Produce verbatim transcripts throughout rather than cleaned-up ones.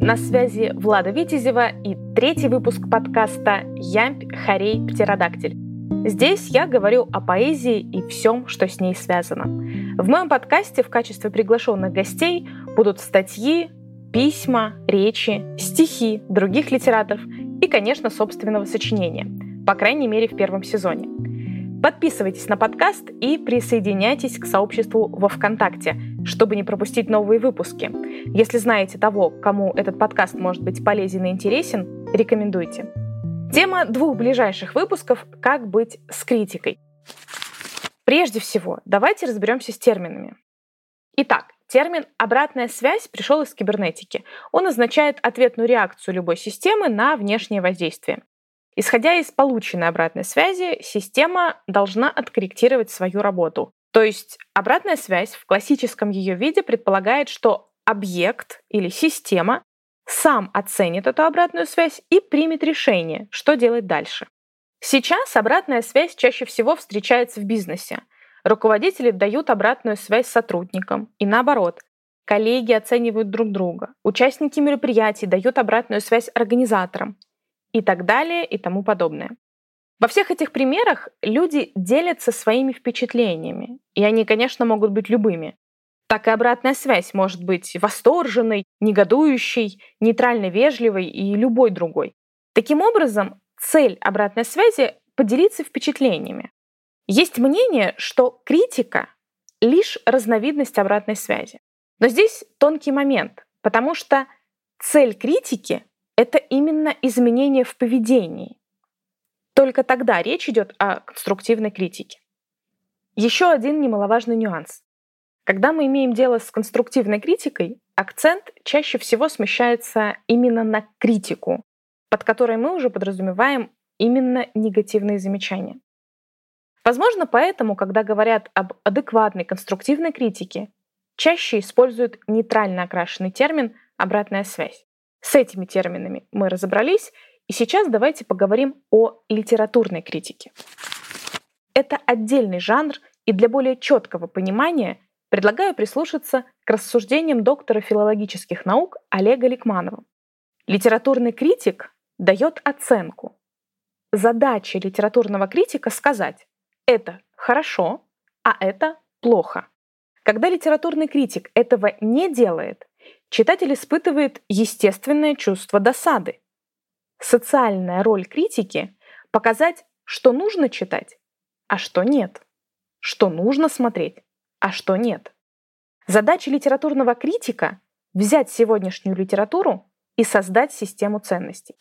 На связи Влада Витязева и третий выпуск подкаста «Ямб, хорей, птеродактиль». Здесь я говорю о поэзии и всем, что с ней связано. В моем подкасте в качестве приглашенных гостей будут статьи, письма, речи, стихи других литераторов и, конечно, собственного сочинения, по крайней мере, в первом сезоне. Подписывайтесь на подкаст и присоединяйтесь к сообществу во ВКонтакте, чтобы не пропустить новые выпуски. Если знаете того, кому этот подкаст может быть полезен и интересен, рекомендуйте. Тема двух ближайших выпусков – «Как быть с критикой». Прежде всего, давайте разберемся с терминами. Итак, термин «обратная связь» пришел из кибернетики. Он означает ответную реакцию любой системы на внешнее воздействие. Исходя из полученной обратной связи, система должна откорректировать свою работу. То есть обратная связь в классическом ее виде предполагает, что объект или система сам оценит эту обратную связь и примет решение, что делать дальше. Сейчас обратная связь чаще всего встречается в бизнесе. Руководители дают обратную связь сотрудникам и наоборот. Коллеги оценивают друг друга, участники мероприятий дают обратную связь организаторам и так далее и тому подобное. Во всех этих примерах люди делятся своими впечатлениями, и они, конечно, могут быть любыми. Так и обратная связь может быть восторженной, негодующей, нейтрально-вежливой и любой другой. Таким образом, цель обратной связи — поделиться впечатлениями. Есть мнение, что критика — лишь разновидность обратной связи. Но здесь тонкий момент, потому что цель критики — это именно изменение в поведении. Только тогда речь идет о конструктивной критике. Еще один немаловажный нюанс. Когда мы имеем дело с конструктивной критикой, акцент чаще всего смещается именно на критику, под которой мы уже подразумеваем именно негативные замечания. Возможно, поэтому, когда говорят об адекватной конструктивной критике, чаще используют нейтрально окрашенный термин «обратная связь». С этими терминами мы разобрались, и сейчас давайте поговорим о литературной критике. Это отдельный жанр, и для более четкого понимания предлагаю прислушаться к рассуждениям доктора филологических наук Олега Ликманова. Литературный критик дает оценку. Задача литературного критика — сказать: это хорошо, а это плохо. Когда литературный критик этого не делает, читатель испытывает естественное чувство досады. Социальная роль критики — показать, что нужно читать, а что нет, что нужно смотреть, а что нет. Задача литературного критика — взять сегодняшнюю литературу и создать систему ценностей.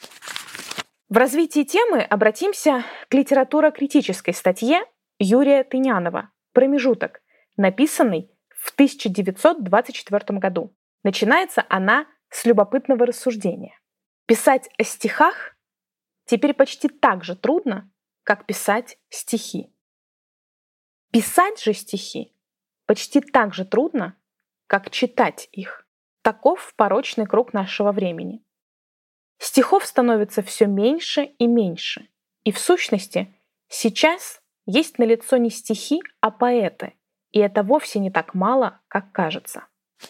В развитии темы обратимся к литературо-критической статье Юрия Тынянова «Промежуток», написанной в тысяча девятьсот двадцать четвёртом году. Начинается она с любопытного рассуждения. Писать о стихах теперь почти так же трудно, как писать стихи. Писать же стихи почти так же трудно, как читать их. Таков порочный круг нашего времени. Стихов становится все меньше и меньше. И в сущности, сейчас есть налицо не стихи, а поэты. И это вовсе не так мало, как кажется.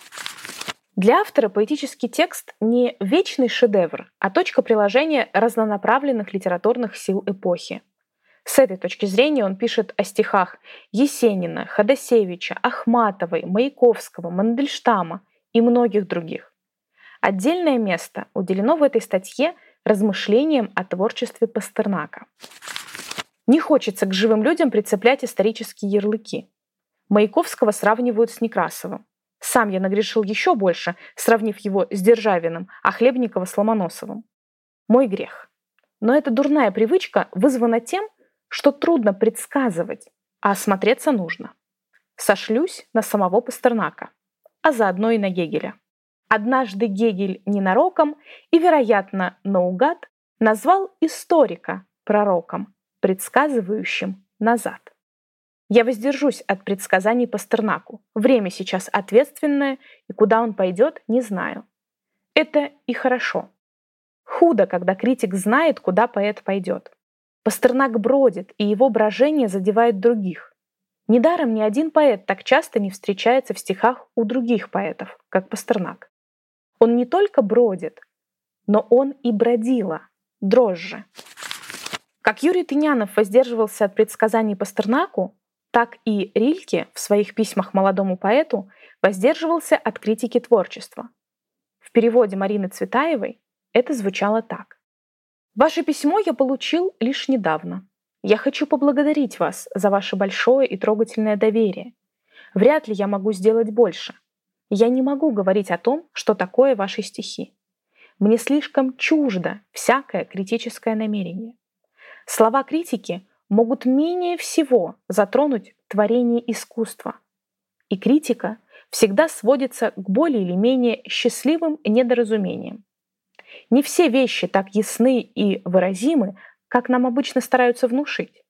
Для автора поэтический текст не вечный шедевр, а точка приложения разнонаправленных литературных сил эпохи. С этой точки зрения он пишет о стихах Есенина, Ходосевича, Ахматовой, Маяковского, Мандельштама и многих других. Отдельное место уделено в этой статье размышлениям о творчестве Пастернака. Не хочется к живым людям прицеплять исторические ярлыки. Маяковского сравнивают с Некрасовым. Сам я нагрешил еще больше, сравнив его с Державиным, а Хлебникова с Ломоносовым. Мой грех. Но эта дурная привычка вызвана тем, что трудно предсказывать, а осмотреться нужно. Сошлюсь на самого Пастернака, а заодно и на Гегеля. Однажды Гегель ненароком и, вероятно, наугад назвал историка пророком, предсказывающим назад. Я воздержусь от предсказаний Пастернаку. Время сейчас ответственное, и куда он пойдет, не знаю. Это и хорошо. Худо, когда критик знает, куда поэт пойдет. Пастернак бродит, и его брожение задевает других. Недаром ни один поэт так часто не встречается в стихах у других поэтов, как Пастернак. Он не только бродит, но он и бродила, дрожжи. Как Юрий Тынянов воздерживался от предсказаний Пастернаку, так и Рильке в своих письмах молодому поэту воздерживался от критики творчества. В переводе Марины Цветаевой это звучало так. «Ваше письмо я получил лишь недавно. Я хочу поблагодарить вас за ваше большое и трогательное доверие. Вряд ли я могу сделать больше. Я не могу говорить о том, что такое ваши стихи. Мне слишком чуждо всякое критическое намерение. Слова критики могут менее всего затронуть творение искусства. И критика всегда сводится к более или менее счастливым недоразумениям. Не все вещи так ясны и выразимы, как нам обычно стараются внушить.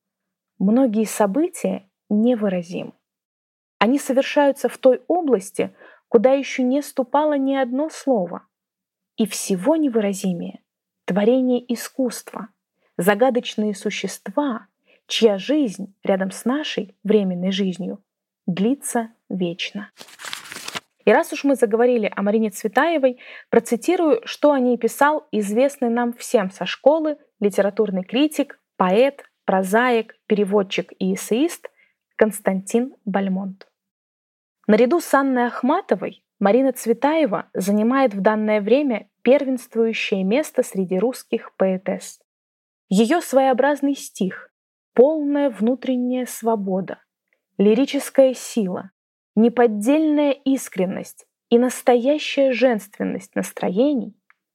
Многие события невыразимы. Они совершаются в той области, куда еще не ступало ни одно слово. И всего невыразимее — творение искусства, загадочные существа, чья жизнь рядом с нашей временной жизнью длится вечно. И раз уж мы заговорили о Марине Цветаевой, процитирую, что о ней писал известный нам всем со школы литературный критик, поэт, прозаик, переводчик и эссеист Константин Бальмонт. Наряду с Анной Ахматовой Марина Цветаева занимает в данное время первенствующее место среди русских поэтесс. Ее своеобразный стих, полная внутренняя свобода, лирическая сила, неподдельная искренность и настоящая женственность настроений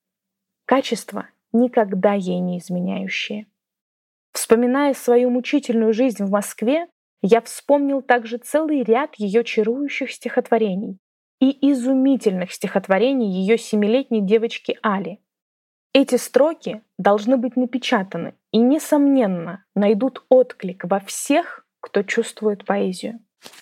— качества, никогда ей не изменяющие. Вспоминая свою мучительную жизнь в Москве, я вспомнил также целый ряд ее чарующих стихотворений и изумительных стихотворений ее семилетней девочки Али. Эти строки должны быть напечатаны и, несомненно, найдут отклик во всех, кто чувствует поэзию.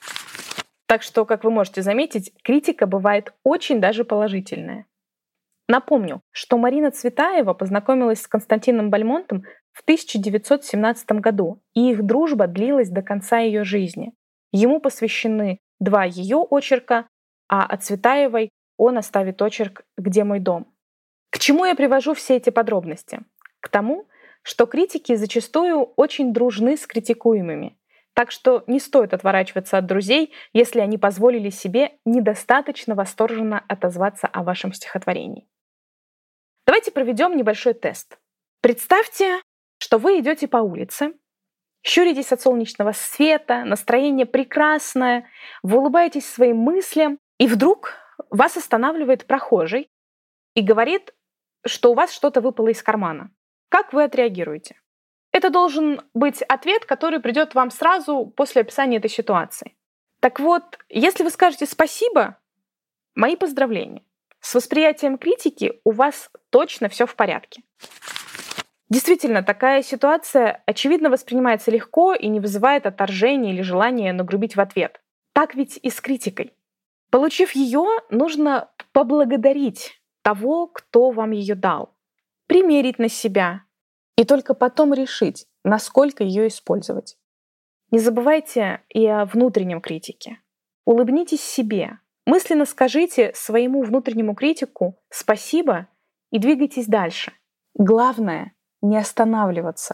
Так что, как вы можете заметить, критика бывает очень даже положительная. Напомню, что Марина Цветаева познакомилась с Константином Бальмонтом в тысяча девятьсот семнадцатом году, и их дружба длилась до конца ее жизни. Ему посвящены два ее очерка, а о Цветаевой он оставит очерк «Где мой дом?». К чему я привожу все эти подробности? К тому, что критики зачастую очень дружны с критикуемыми, так что не стоит отворачиваться от друзей, если они позволили себе недостаточно восторженно отозваться о вашем стихотворении. Давайте проведем небольшой тест. Представьте, что вы идете по улице, щуритесь от солнечного света, настроение прекрасное, вы улыбаетесь своим мыслям, и вдруг вас останавливает прохожий и говорит, что у вас что-то выпало из кармана. Как вы отреагируете? Это должен быть ответ, который придет вам сразу после описания этой ситуации. Так вот, если вы скажете «спасибо», мои поздравления. С восприятием критики у вас точно все в порядке. Действительно, такая ситуация, очевидно, воспринимается легко и не вызывает отторжения или желания нагрубить в ответ. Так ведь и с критикой. Получив ее, нужно поблагодарить того, кто вам ее дал, примерить на себя и только потом решить, насколько ее использовать. Не забывайте и о внутреннем критике. Улыбнитесь себе, мысленно скажите своему внутреннему критику «спасибо» и двигайтесь дальше. Главное — не останавливаться.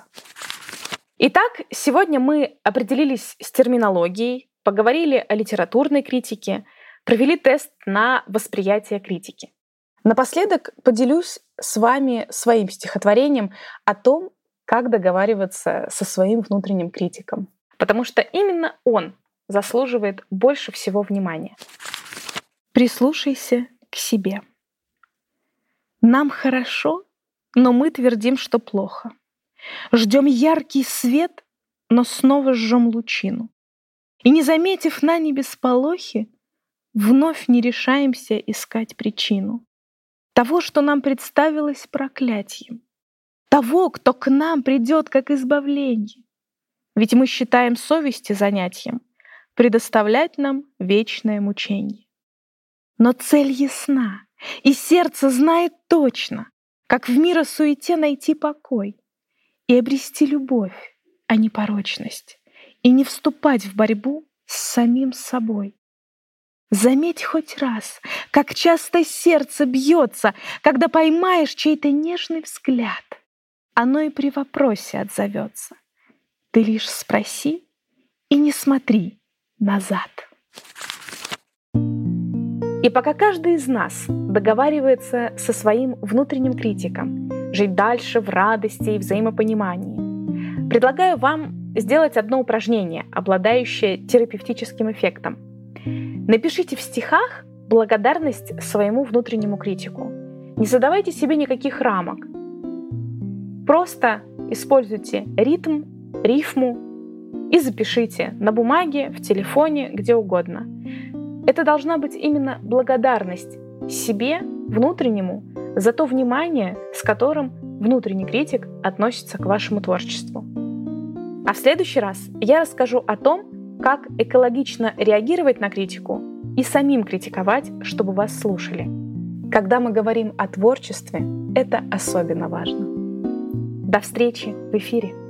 Итак, сегодня мы определились с терминологией, поговорили о литературной критике, провели тест на восприятие критики. Напоследок поделюсь с вами своим стихотворением о том, как договариваться со своим внутренним критиком, потому что именно он заслуживает больше всего внимания. Прислушайся к себе. Нам хорошо, но мы твердим, что плохо. Ждем яркий свет, но снова жжем лучину. И, не заметив на небе сполохи, вновь не решаемся искать причину того, что нам представилось проклятием, того, кто к нам придет как избавление. Ведь мы считаем совести занятием предоставлять нам вечное мучение. Но цель ясна, и сердце знает точно, как в мира суете найти покой и обрести любовь, а не порочность, и не вступать в борьбу с самим собой. Заметь хоть раз, как часто сердце бьется, когда поймаешь чей-то нежный взгляд. Оно и при вопросе отзовется. Ты лишь спроси и не смотри назад. И пока каждый из нас договаривается со своим внутренним критиком жить дальше в радости и взаимопонимании, предлагаю вам сделать одно упражнение, обладающее терапевтическим эффектом. Напишите в стихах благодарность своему внутреннему критику. Не задавайте себе никаких рамок. Просто используйте ритм, рифму и запишите на бумаге, в телефоне, где угодно. Это должна быть именно благодарность себе, внутреннему, за то внимание, с которым внутренний критик относится к вашему творчеству. А в следующий раз я расскажу о том, как экологично реагировать на критику и самим критиковать, чтобы вас слушали. Когда мы говорим о творчестве, это особенно важно. До встречи в эфире!